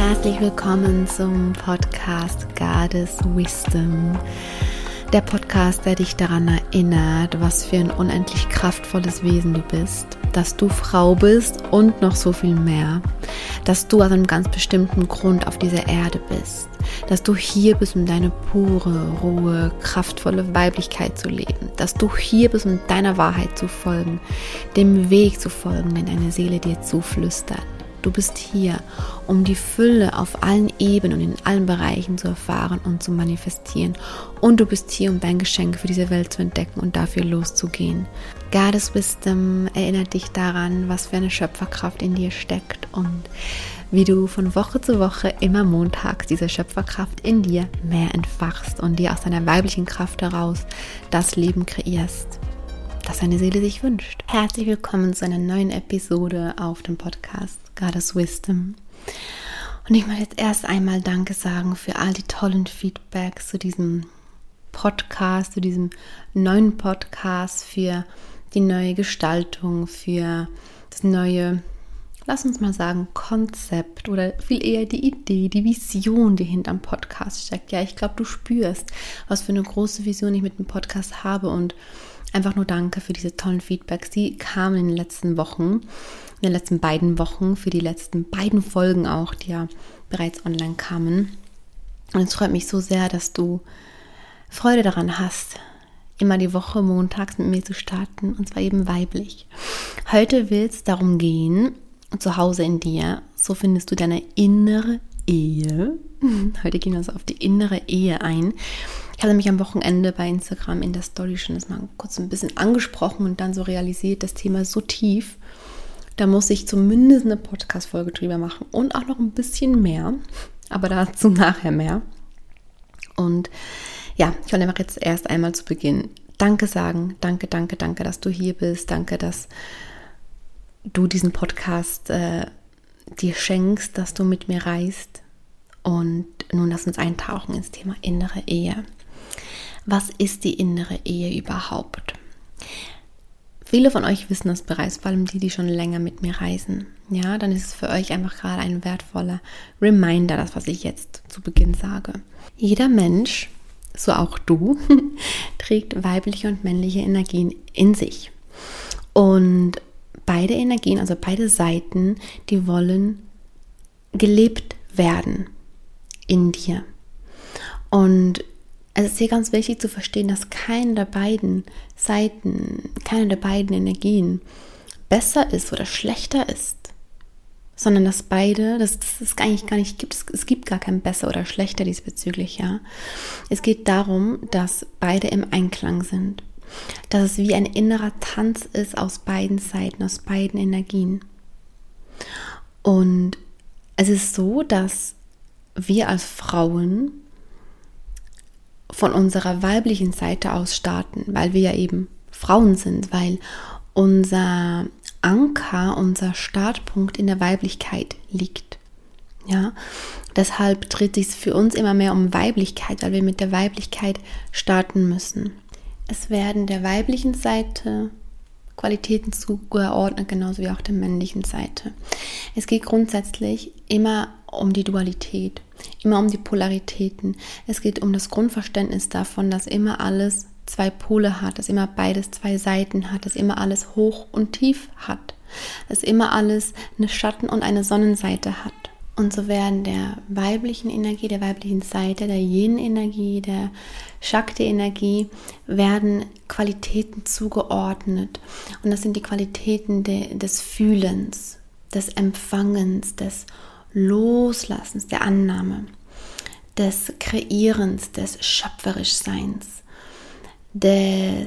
herzlich willkommen zum Podcast Goddess Wisdom. Der Podcast, der dich daran erinnert, was für ein unendlich kraftvolles Wesen du bist, dass du Frau bist und noch so viel mehr, dass du aus einem ganz bestimmten Grund auf dieser Erde bist, dass du hier bist, um deine pure, rohe, kraftvolle Weiblichkeit zu leben, dass du hier bist, um deiner Wahrheit zu folgen, dem Weg zu folgen, den deine Seele dir zuflüstert. Du bist hier, um die Fülle auf allen Ebenen und in allen Bereichen zu erfahren und zu manifestieren. Und du bist hier, um dein Geschenk für diese Welt zu entdecken und dafür loszugehen. Goddess Wisdom erinnert dich daran, was für eine Schöpferkraft in dir steckt und wie du von Woche zu Woche immer montags diese Schöpferkraft in dir mehr entfachst und dir aus deiner weiblichen Kraft heraus das Leben kreierst, das deine Seele sich wünscht. Herzlich willkommen zu einer neuen Episode auf dem Podcast Goddess Wisdom. Und ich möchte jetzt erst einmal Danke sagen für all die tollen Feedbacks zu diesem Podcast, zu diesem neuen Podcast, für die neue Gestaltung, für das neue, lass uns mal sagen, Konzept oder viel eher die Idee, die Vision, die hinterm Podcast steckt. Ja, ich glaube, du spürst, was für eine große Vision ich mit dem Podcast habe und einfach nur danke für diese tollen Feedbacks. Die kamen in den letzten Wochen, in den letzten beiden Wochen, für die letzten beiden Folgen auch, die ja bereits online kamen. Und es freut mich so sehr, dass du Freude daran hast, immer die Woche montags mit mir zu starten, und zwar eben weiblich. Heute will es darum gehen, zu Hause in dir, so findest du deine innere Ehe. Heute gehen wir also auf die innere Ehe ein. Ich habe mich am Wochenende bei Instagram in der Story schon das mal kurz ein bisschen angesprochen und dann so realisiert, das Thema ist so tief, da muss ich zumindest eine Podcast-Folge drüber machen und auch noch ein bisschen mehr, aber dazu nachher mehr. Und ja, ich wollte einfach jetzt erst einmal zu Beginn Danke sagen. Danke, dass du hier bist. Danke, dass du diesen Podcast dir schenkst, dass du mit mir reist. Und nun lass uns eintauchen ins Thema innere Ehe. Was ist die innere Ehe überhaupt? Viele von euch wissen das bereits, vor allem die, die schon länger mit mir reisen. Ja, dann ist es für euch einfach gerade ein wertvoller Reminder, das, was ich jetzt zu Beginn sage. Jeder Mensch, so auch du, trägt weibliche und männliche Energien in sich. Und beide Energien, also beide Seiten, die wollen gelebt werden in dir. Und es ist hier ganz wichtig zu verstehen, dass keine der beiden Seiten, keine der beiden Energien besser ist oder schlechter ist, sondern dass beide, dass es eigentlich gar nicht gibt, es gibt gar kein besser oder schlechter diesbezüglich, ja. Es geht darum, dass beide im Einklang sind, dass es wie ein innerer Tanz ist aus beiden Seiten, aus beiden Energien. Und es ist so, dass wir als Frauen von unserer weiblichen Seite aus starten, weil wir ja eben Frauen sind, weil unser Anker, unser Startpunkt in der Weiblichkeit liegt. Ja, deshalb dreht es sich für uns immer mehr um Weiblichkeit, weil wir mit der Weiblichkeit starten müssen. Es werden der weiblichen Seite Qualitäten zugeordnet, genauso wie auch der männlichen Seite. Es geht grundsätzlich immer um die Dualität, immer um die Polaritäten. Es geht um das Grundverständnis davon, dass immer alles zwei Pole hat, dass immer beides zwei Seiten hat, dass immer alles hoch und tief hat, dass immer alles eine Schatten- und eine Sonnenseite hat. Und so werden der weiblichen Energie, der weiblichen Seite, der Yin-Energie, der Shakti-Energie, werden Qualitäten zugeordnet. Und das sind die Qualitäten des Fühlens, des Empfangens, des Loslassens, der Annahme, des Kreierens, des Schöpferischseins, der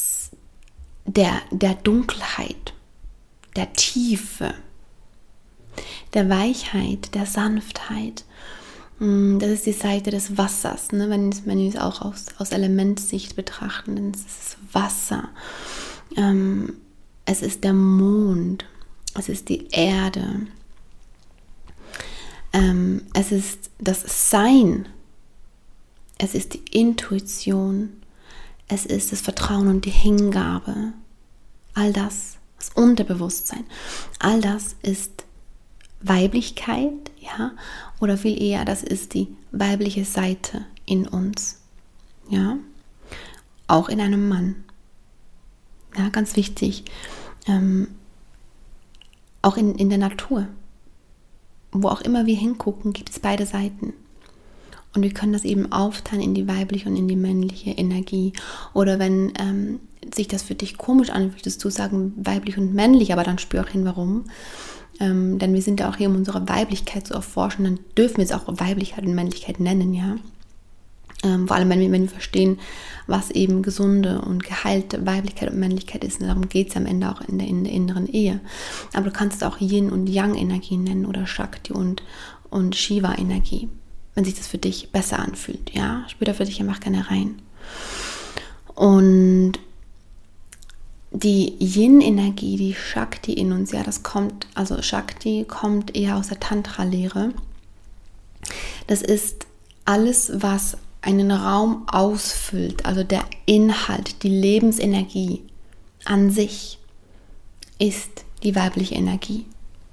Dunkelheit, der Tiefe, der Weichheit, der Sanftheit. Das ist die Seite des Wassers, ne? Wenn wir es auch aus Elementsicht betrachten, dann ist es Wasser. Es ist der Mond, es ist die Erde, es ist das Sein, es ist die Intuition, es ist das Vertrauen und die Hingabe. All das, das Unterbewusstsein, all das ist Weiblichkeit, ja, oder viel eher, das ist die weibliche Seite in uns, ja, auch in einem Mann, ja, ganz wichtig, auch in der Natur, wo auch immer wir hingucken, gibt es beide Seiten. Und wir können das eben aufteilen in die weibliche und in die männliche Energie. Oder wenn sich das für dich komisch anfühlt, würdest du sagen weiblich und männlich, aber dann spür auch hin, warum. Denn wir sind ja auch hier, um unsere Weiblichkeit zu erforschen, dann dürfen wir es auch Weiblichkeit und Männlichkeit nennen, ja. Vor allem, wenn wir verstehen, was eben gesunde und geheilte Weiblichkeit und Männlichkeit ist. Und darum geht es am Ende auch in der inneren Ehe. Aber du kannst es auch Yin- und Yang-Energie nennen oder Shakti- und Shiva-Energie, wenn sich das für dich besser anfühlt. Ja, spür da für dich einfach gerne rein. Und die Yin-Energie, die Shakti in uns, ja, Shakti kommt eher aus der Tantra-Lehre. Das ist alles, was einen Raum ausfüllt, also der Inhalt, die Lebensenergie an sich ist die weibliche Energie.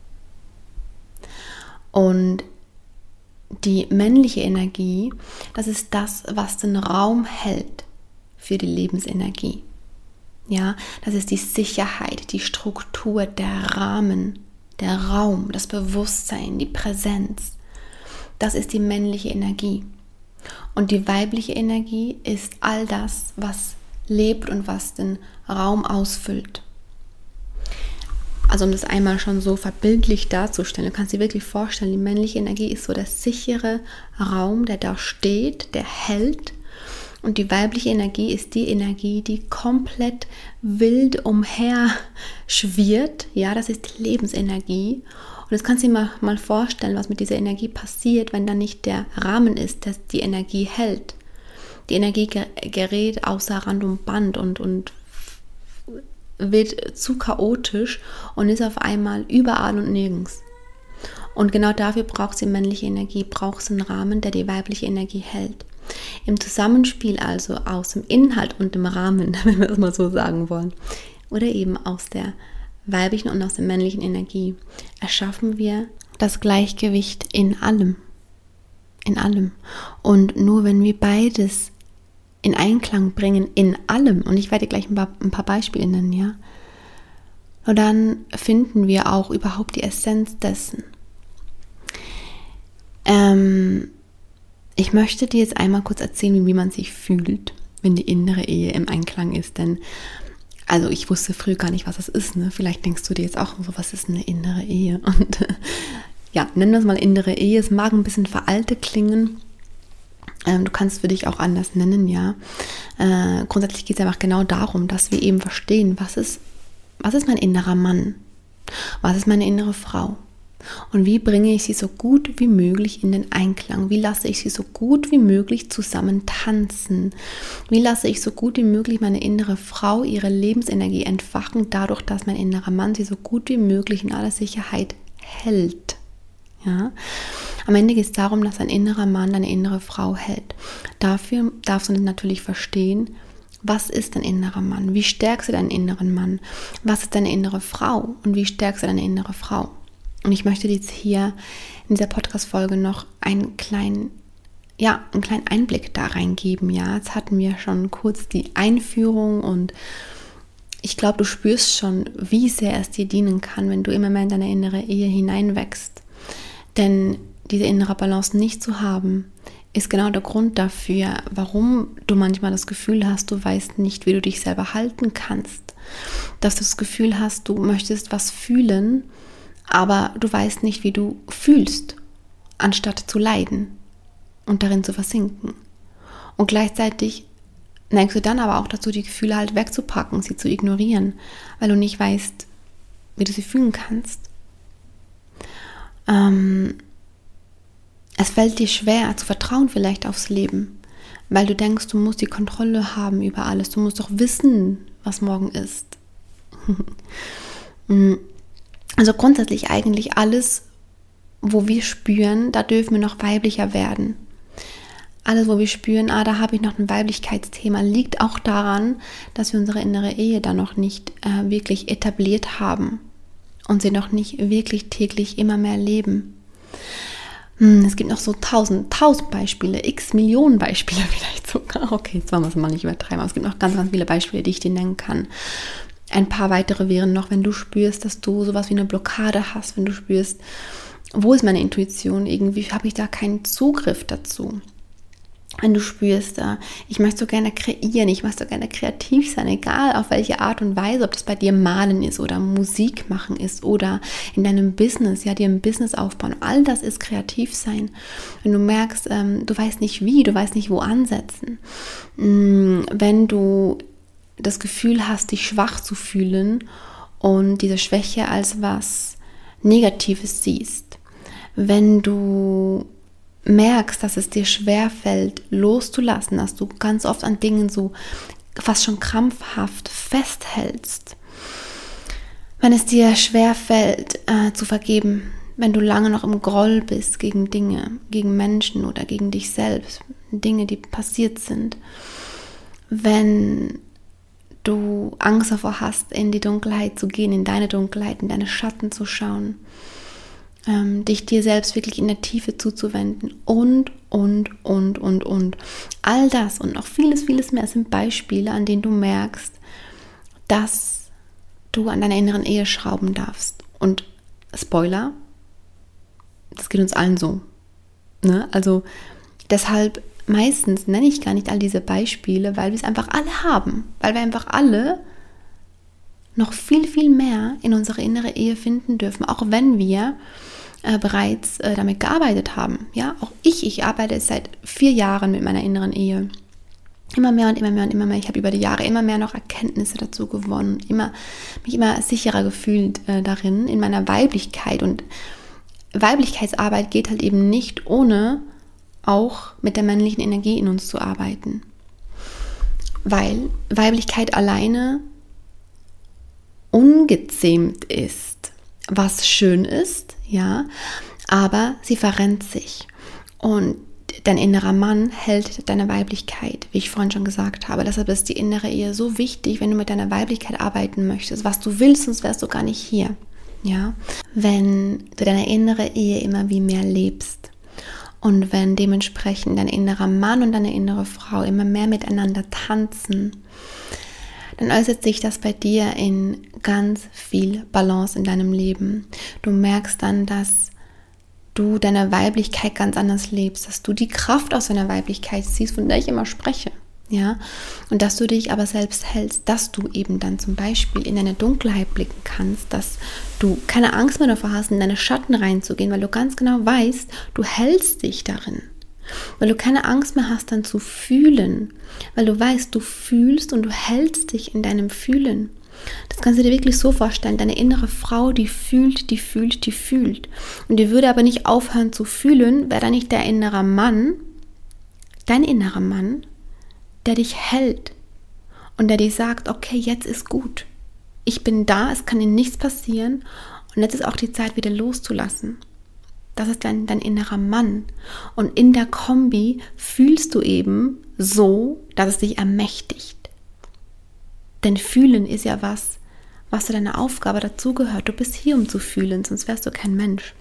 Und die männliche Energie, das ist das, was den Raum hält für die Lebensenergie. Ja, das ist die Sicherheit, die Struktur, der Rahmen, der Raum, das Bewusstsein, die Präsenz. Das ist die männliche Energie. Und die weibliche Energie ist all das, was lebt und was den Raum ausfüllt. Also um das einmal schon so verbildlich darzustellen, du kannst dir wirklich vorstellen, die männliche Energie ist so der sichere Raum, der da steht, der hält. Und die weibliche Energie ist die Energie, die komplett wild umher schwirrt. Ja, das ist die Lebensenergie. Und jetzt kannst du dir mal vorstellen, was mit dieser Energie passiert, wenn da nicht der Rahmen ist, der die Energie hält. Die Energie gerät außer Rand und Band und wird zu chaotisch und ist auf einmal überall und nirgends. Und genau dafür braucht sie männliche Energie, braucht sie einen Rahmen, der die weibliche Energie hält. Im Zusammenspiel also aus dem Inhalt und dem Rahmen, wenn wir es mal so sagen wollen, oder eben aus der weiblichen und aus der männlichen Energie, erschaffen wir das Gleichgewicht in allem. In allem. Und nur wenn wir beides in Einklang bringen, in allem, und ich werde gleich ein paar Beispiele nennen, ja, und dann finden wir auch überhaupt die Essenz dessen. Ich möchte dir jetzt einmal kurz erzählen, wie man sich fühlt, wenn die innere Ehe im Einklang ist, denn also ich wusste früher gar nicht, was das ist, ne? Vielleicht denkst du dir jetzt auch so, was ist eine innere Ehe? Und ja, nennen wir es mal innere Ehe. Es mag ein bisschen veraltet klingen. Du kannst es für dich auch anders nennen, ja. Grundsätzlich geht es einfach genau darum, dass wir eben verstehen, was ist mein innerer Mann? Was ist meine innere Frau? Und wie bringe ich sie so gut wie möglich in den Einklang? Wie lasse ich sie so gut wie möglich zusammen tanzen? Wie lasse ich so gut wie möglich meine innere Frau ihre Lebensenergie entfachen, dadurch, dass mein innerer Mann sie so gut wie möglich in aller Sicherheit hält? Ja? Am Ende geht es darum, dass ein innerer Mann deine innere Frau hält. Dafür darfst du natürlich verstehen, was ist dein innerer Mann? Wie stärkst du deinen inneren Mann? Was ist deine innere Frau? Und wie stärkst du deine innere Frau? Und ich möchte dir jetzt hier in dieser Podcast-Folge noch einen kleinen Einblick da reingeben. Ja, jetzt hatten wir schon kurz die Einführung und ich glaube, du spürst schon, wie sehr es dir dienen kann, wenn du immer mehr in deine innere Ehe hineinwächst. Denn diese innere Balance nicht zu haben, ist genau der Grund dafür, warum du manchmal das Gefühl hast, du weißt nicht, wie du dich selber halten kannst. Dass du das Gefühl hast, du möchtest was fühlen, aber du weißt nicht, wie du fühlst, anstatt zu leiden und darin zu versinken. Und gleichzeitig neigst du dann aber auch dazu, die Gefühle halt wegzupacken, sie zu ignorieren, weil du nicht weißt, wie du sie fühlen kannst. Es fällt dir schwer, zu vertrauen vielleicht aufs Leben, weil du denkst, du musst die Kontrolle haben über alles, du musst doch wissen, was morgen ist. Also grundsätzlich eigentlich alles, wo wir spüren, da dürfen wir noch weiblicher werden. Alles, wo wir spüren, da habe ich noch ein Weiblichkeitsthema, liegt auch daran, dass wir unsere innere Ehe da noch nicht wirklich etabliert haben und sie noch nicht wirklich täglich immer mehr leben. Es gibt noch so tausend Beispiele, x Millionen Beispiele vielleicht sogar. Okay, jetzt wollen wir es mal nicht übertreiben, aber es gibt noch ganz, ganz viele Beispiele, die ich dir nennen kann. Ein paar weitere wären noch, wenn du spürst, dass du sowas wie eine Blockade hast, wenn du spürst, wo ist meine Intuition, irgendwie habe ich da keinen Zugriff dazu. Wenn du spürst, ich möchte so gerne kreieren, ich möchte so gerne kreativ sein, egal auf welche Art und Weise, ob das bei dir Malen ist oder Musik machen ist oder in deinem Business, ja, dir ein Business aufbauen, all das ist kreativ sein. Wenn du merkst, du weißt nicht wie, du weißt nicht wo ansetzen, wenn du das Gefühl hast, dich schwach zu fühlen und diese Schwäche als was Negatives siehst, wenn du merkst, dass es dir schwerfällt, loszulassen, dass du ganz oft an Dingen so fast schon krampfhaft festhältst, wenn es dir schwerfällt, zu vergeben, wenn du lange noch im Groll bist gegen Dinge, gegen Menschen oder gegen dich selbst, Dinge, die passiert sind, wenn du Angst davor hast, in die Dunkelheit zu gehen, in deine Dunkelheit, in deine Schatten zu schauen, dich dir selbst wirklich in der Tiefe zuzuwenden und. All das und noch vieles, vieles mehr sind Beispiele, an denen du merkst, dass du an deiner inneren Ehe schrauben darfst. Und Spoiler, das geht uns allen so. Ne? Also deshalb meistens nenne ich gar nicht all diese Beispiele, weil wir es einfach alle haben. Weil wir einfach alle noch viel, viel mehr in unsere innere Ehe finden dürfen, auch wenn wir bereits damit gearbeitet haben. Ja, auch ich arbeite seit 4 Jahren mit meiner inneren Ehe. Immer mehr und immer mehr und immer mehr. Ich habe über die Jahre immer mehr noch Erkenntnisse dazu gewonnen, mich immer sicherer gefühlt darin, in meiner Weiblichkeit. Und Weiblichkeitsarbeit geht halt eben nicht ohne auch mit der männlichen Energie in uns zu arbeiten. Weil Weiblichkeit alleine ungezähmt ist, was schön ist, ja, aber sie verrennt sich. Und dein innerer Mann hält deine Weiblichkeit, wie ich vorhin schon gesagt habe. Deshalb ist die innere Ehe so wichtig, wenn du mit deiner Weiblichkeit arbeiten möchtest, was du willst, sonst wärst du gar nicht hier. Ja? Wenn du deine innere Ehe immer wie mehr lebst und wenn dementsprechend dein innerer Mann und deine innere Frau immer mehr miteinander tanzen, dann äußert sich das bei dir in ganz viel Balance in deinem Leben. Du merkst dann, dass du deine Weiblichkeit ganz anders lebst, dass du die Kraft aus deiner Weiblichkeit siehst, von der ich immer spreche, ja, und dass du dich aber selbst hältst, dass du eben dann zum Beispiel in deine Dunkelheit blicken kannst, dass du keine Angst mehr davor hast, in deine Schatten reinzugehen, weil du ganz genau weißt, du hältst dich darin. Weil du keine Angst mehr hast, dann zu fühlen, weil du weißt, du fühlst und du hältst dich in deinem Fühlen. Das kannst du dir wirklich so vorstellen, deine innere Frau, die fühlt. Und die würde aber nicht aufhören zu fühlen, wäre da nicht der innere Mann, dein innerer Mann, der dich hält und der dir sagt, okay, jetzt ist gut. Ich bin da, es kann dir nichts passieren und jetzt ist auch die Zeit, wieder loszulassen. Das ist dein innerer Mann. Und in der Kombi fühlst du eben so, dass es dich ermächtigt. Denn fühlen ist ja was zu deiner Aufgabe dazugehört. Du bist hier, um zu fühlen, sonst wärst du kein Mensch.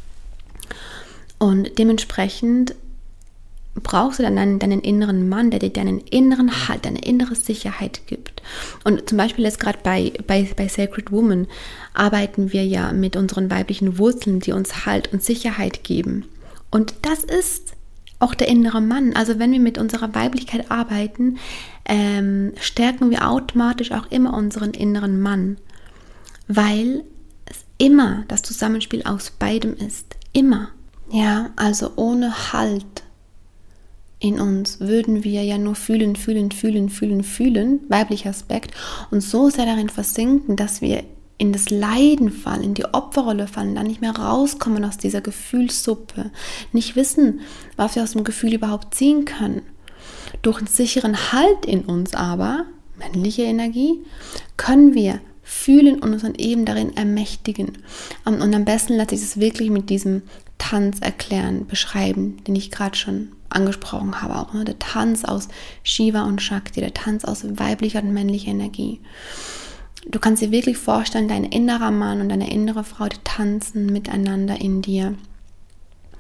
Und dementsprechend brauchst du dann deinen inneren Mann, der dir deinen inneren Halt, deine innere Sicherheit gibt. Und zum Beispiel jetzt gerade bei Sacred Woman arbeiten wir ja mit unseren weiblichen Wurzeln, die uns Halt und Sicherheit geben. Und das ist auch der innere Mann. Also wenn wir mit unserer Weiblichkeit arbeiten, stärken wir automatisch auch immer unseren inneren Mann. Weil es immer das Zusammenspiel aus beidem ist. Immer. Ja, also ohne Halt in uns würden wir ja nur fühlen, weiblicher Aspekt, und so sehr darin versinken, dass wir in das Leiden fallen, in die Opferrolle fallen, dann nicht mehr rauskommen aus dieser Gefühlssuppe, nicht wissen, was wir aus dem Gefühl überhaupt ziehen können. Durch einen sicheren Halt in uns aber, männliche Energie, können wir fühlen und uns dann eben darin ermächtigen. Und am besten lässt sich das wirklich mit diesem Tanz erklären, beschreiben, den ich gerade schon angesprochen habe, auch der Tanz aus Shiva und Shakti, der Tanz aus weiblicher und männlicher Energie. Du kannst dir wirklich vorstellen, dein innerer Mann und deine innere Frau, die tanzen miteinander in dir.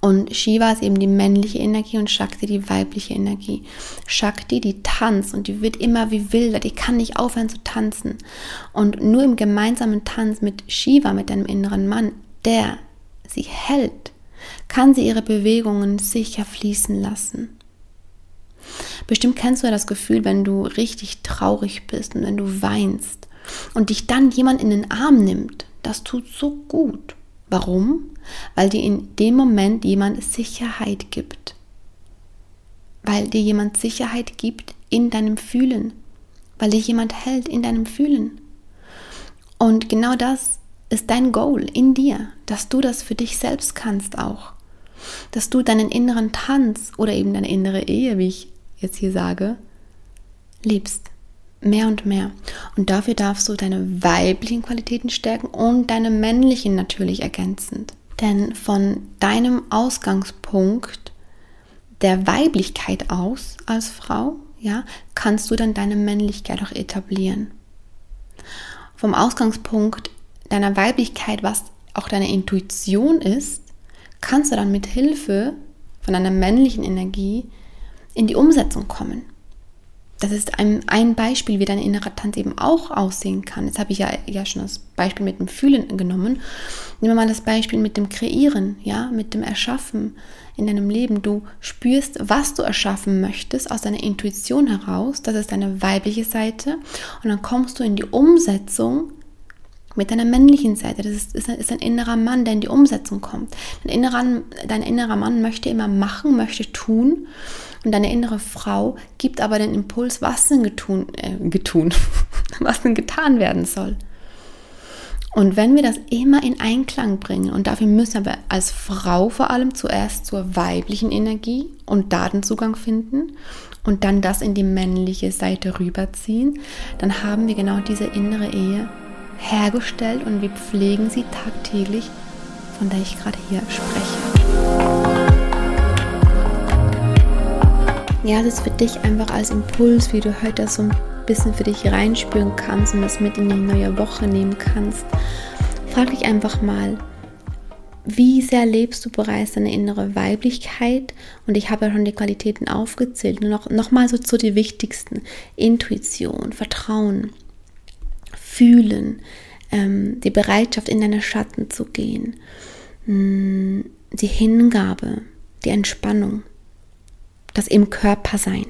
Und Shiva ist eben die männliche Energie und Shakti die weibliche Energie. Shakti, die tanzt und die wird immer wie wilder, die kann nicht aufhören zu tanzen. Und nur im gemeinsamen Tanz mit Shiva, mit deinem inneren Mann, der sie hält, kann sie ihre Bewegungen sicher fließen lassen. Bestimmt kennst du ja das Gefühl, wenn du richtig traurig bist und wenn du weinst und dich dann jemand in den Arm nimmt. Das tut so gut. Warum? Weil dir in dem Moment jemand Sicherheit gibt. Weil dir jemand Sicherheit gibt in deinem Fühlen. Weil dich jemand hält in deinem Fühlen. Und genau das ist dein Goal in dir, dass du das für dich selbst kannst auch. Dass du deinen inneren Tanz oder eben deine innere Ehe, wie ich jetzt hier sage, liebst. Mehr und mehr. Und dafür darfst du deine weiblichen Qualitäten stärken und deine männlichen natürlich ergänzend. Denn von deinem Ausgangspunkt der Weiblichkeit aus als Frau, ja, kannst du dann deine Männlichkeit auch etablieren. Vom Ausgangspunkt deiner Weiblichkeit, was auch deine Intuition ist, kannst du dann mit Hilfe von deiner männlichen Energie in die Umsetzung kommen. Das ist ein Beispiel, wie dein innerer Tanz eben auch aussehen kann. Jetzt habe ich ja schon das Beispiel mit dem Fühlen genommen. Nehmen wir mal das Beispiel mit dem Kreieren, ja, mit dem Erschaffen in deinem Leben. Du spürst, was du erschaffen möchtest aus deiner Intuition heraus. Das ist deine weibliche Seite. Und dann kommst du in die Umsetzung mit deiner männlichen Seite. Das ist ein innerer Mann, der in die Umsetzung kommt. Dein innerer Mann möchte immer machen, möchte tun. Und deine innere Frau gibt aber den Impuls, was denn was denn getan werden soll. Und wenn wir das immer in Einklang bringen, und dafür müssen wir als Frau vor allem zuerst zur weiblichen Energie und Datenzugang finden und dann das in die männliche Seite rüberziehen, dann haben wir genau diese innere Ehe hergestellt und wir pflegen sie tagtäglich, von der ich gerade hier spreche. Ja, das ist für dich einfach als Impuls, wie du heute so ein bisschen für dich reinspüren kannst und das mit in die neue Woche nehmen kannst. Frag dich einfach mal, wie sehr lebst du bereits deine innere Weiblichkeit? Und ich habe ja schon die Qualitäten aufgezählt. Nur noch mal so die wichtigsten. Intuition, Vertrauen, Fühlen, die Bereitschaft, in deine Schatten zu gehen, die Hingabe, die Entspannung, das im Körper sein.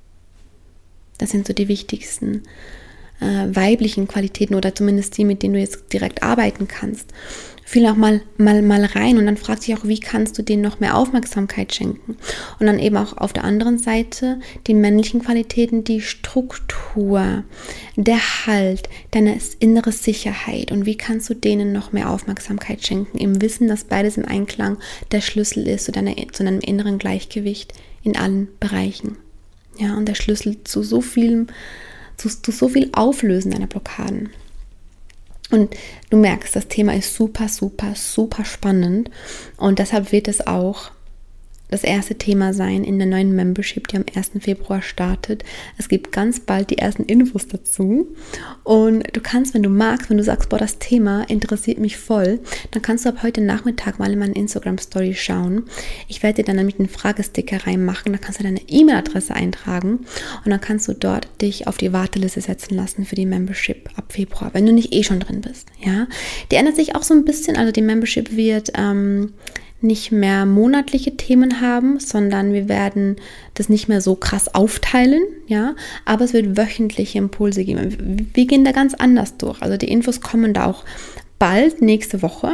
Das sind so die wichtigsten weiblichen Qualitäten oder zumindest die, mit denen du jetzt direkt arbeiten kannst. Fühl auch mal rein und dann frag dich auch, wie kannst du denen noch mehr Aufmerksamkeit schenken? Und dann eben auch auf der anderen Seite die männlichen Qualitäten, die Struktur, der Halt, deine innere Sicherheit und wie kannst du denen noch mehr Aufmerksamkeit schenken? Im Wissen, dass beides im Einklang der Schlüssel ist zu deinem inneren Gleichgewicht in allen Bereichen. Ja, und der Schlüssel zu so viel Auflösen deiner Blockaden. Und du merkst, das Thema ist super, super, super spannend und deshalb wird es auch das erste Thema sein in der neuen Membership, die am 1. Februar startet. Es gibt ganz bald die ersten Infos dazu und du kannst, wenn du magst, wenn du sagst, boah, das Thema interessiert mich voll, dann kannst du ab heute Nachmittag mal in meine Instagram-Story schauen. Ich werde dir dann nämlich einen Fragesticker reinmachen, da kannst du deine E-Mail-Adresse eintragen und dann kannst du dort dich auf die Warteliste setzen lassen für die Membership ab Februar, wenn du nicht schon drin bist. Ja? Die ändert sich auch so ein bisschen, also die Membership wird nicht mehr monatliche Themen haben, sondern wir werden das nicht mehr so krass aufteilen, ja, aber es wird wöchentliche Impulse geben. Wir gehen da ganz anders durch. Also die Infos kommen da auch bald, nächste Woche.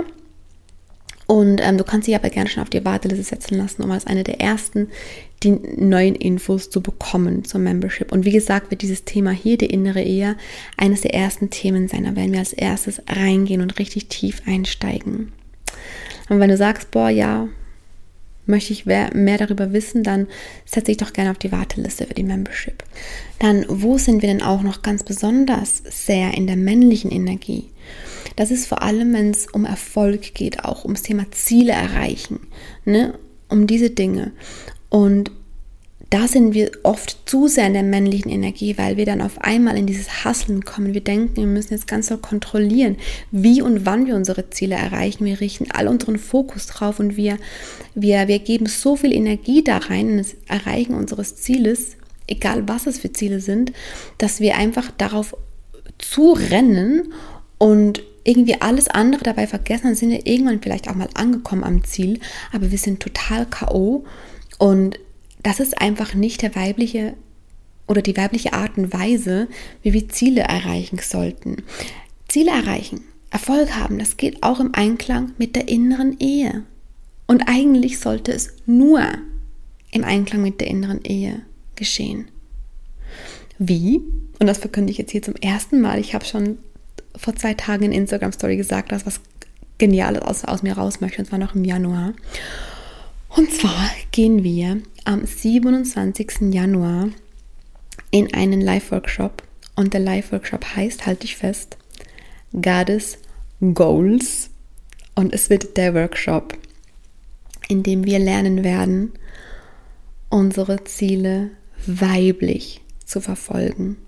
Und du kannst dich aber gerne schon auf die Warteliste setzen lassen, um als eine der ersten die neuen Infos zu bekommen zur Membership. Und wie gesagt, wird dieses Thema hier, die innere Ehe, eines der ersten Themen sein. Da werden wir als erstes reingehen und richtig tief einsteigen. Und wenn du sagst, boah, ja, möchte ich mehr darüber wissen, dann setze dich doch gerne auf die Warteliste für die Membership. Dann, wo sind wir denn auch noch ganz besonders sehr in der männlichen Energie? Das ist vor allem, wenn es um Erfolg geht, auch ums Thema Ziele erreichen, ne? Um diese Dinge. Und da sind wir oft zu sehr in der männlichen Energie, weil wir dann auf einmal in dieses Hasseln kommen. Wir denken, wir müssen jetzt ganz doll kontrollieren, wie und wann wir unsere Ziele erreichen. Wir richten all unseren Fokus drauf und wir geben so viel Energie da rein in das Erreichen unseres Zieles, egal was es für Ziele sind, dass wir einfach darauf zurennen und irgendwie alles andere dabei vergessen. Dann sind wir irgendwann vielleicht auch mal angekommen am Ziel, aber wir sind total K.O. und das ist einfach nicht der weibliche oder die weibliche Art und Weise, wie wir Ziele erreichen sollten. Ziele erreichen, Erfolg haben, das geht auch im Einklang mit der inneren Ehe. Und eigentlich sollte es nur im Einklang mit der inneren Ehe geschehen. Wie? Und das verkünde ich jetzt hier zum ersten Mal. Ich habe schon vor 2 Tagen in Instagram-Story gesagt, dass was Geniales aus mir raus möchte, und zwar noch im Januar. Und zwar gehen wir am 27. Januar in einen Live-Workshop. Und der Live-Workshop heißt, halte ich fest, Goddess Goals. Und es wird der Workshop, in dem wir lernen werden, unsere Ziele weiblich zu verfolgen.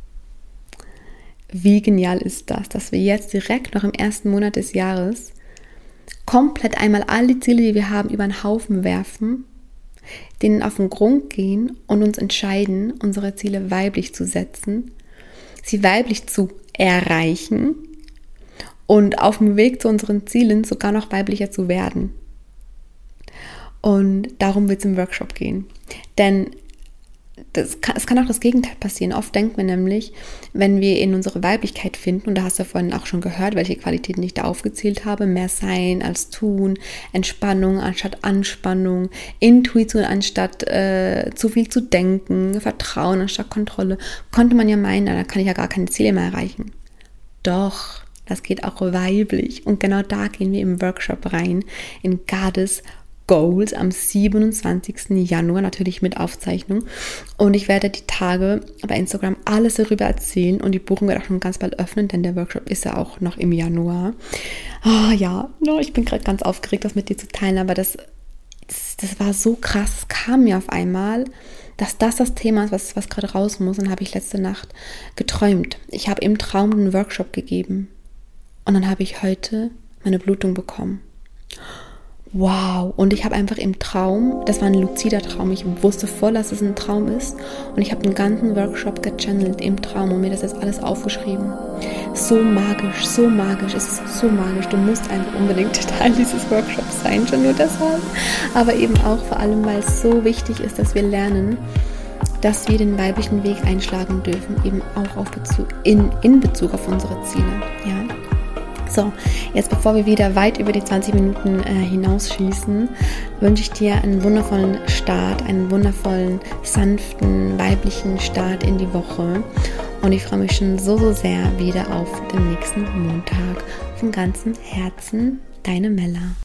Wie genial ist das, dass wir jetzt direkt noch im ersten Monat des Jahres komplett einmal all die Ziele, die wir haben, über den Haufen werfen, denen auf den Grund gehen und uns entscheiden, unsere Ziele weiblich zu setzen, sie weiblich zu erreichen und auf dem Weg zu unseren Zielen sogar noch weiblicher zu werden. Und darum wird es im Workshop gehen. Denn es kann auch das Gegenteil passieren. Oft denken wir nämlich, wenn wir in unsere Weiblichkeit finden, und da hast du ja vorhin auch schon gehört, welche Qualitäten ich da aufgezählt habe, mehr Sein als Tun, Entspannung anstatt Anspannung, Intuition anstatt zu viel zu denken, Vertrauen anstatt Kontrolle, konnte man ja meinen, da kann ich ja gar keine Ziele mehr erreichen. Doch, das geht auch weiblich. Und genau da gehen wir im Workshop rein, in Goddess Goals am 27. Januar, natürlich mit Aufzeichnung. Und ich werde die Tage bei Instagram alles darüber erzählen und die Buchung wird auch schon ganz bald öffnen, denn der Workshop ist ja auch noch im Januar. Ich bin gerade ganz aufgeregt, das mit dir zu teilen, aber das war so krass, es kam mir auf einmal, dass das Thema ist, was gerade raus muss. Und habe ich letzte Nacht geträumt. Ich habe im Traum einen Workshop gegeben und dann habe ich heute meine Blutung bekommen. Wow, und ich habe einfach im Traum, das war ein luzider Traum, ich wusste voll, dass es ein Traum ist und ich habe den ganzen Workshop gechannelt im Traum und mir das jetzt alles aufgeschrieben. So magisch, es ist so magisch, du musst einfach unbedingt Teil dieses Workshops sein, schon nur deshalb, aber eben auch vor allem, weil es so wichtig ist, dass wir lernen, dass wir den weiblichen Weg einschlagen dürfen, eben auch in Bezug auf unsere Ziele, ja. So, jetzt bevor wir wieder weit über die 20 Minuten hinausschießen, wünsche ich dir einen wundervollen Start, einen wundervollen, sanften, weiblichen Start in die Woche. Und ich freue mich schon so sehr wieder auf den nächsten Montag. Von ganzem Herzen, deine Mella.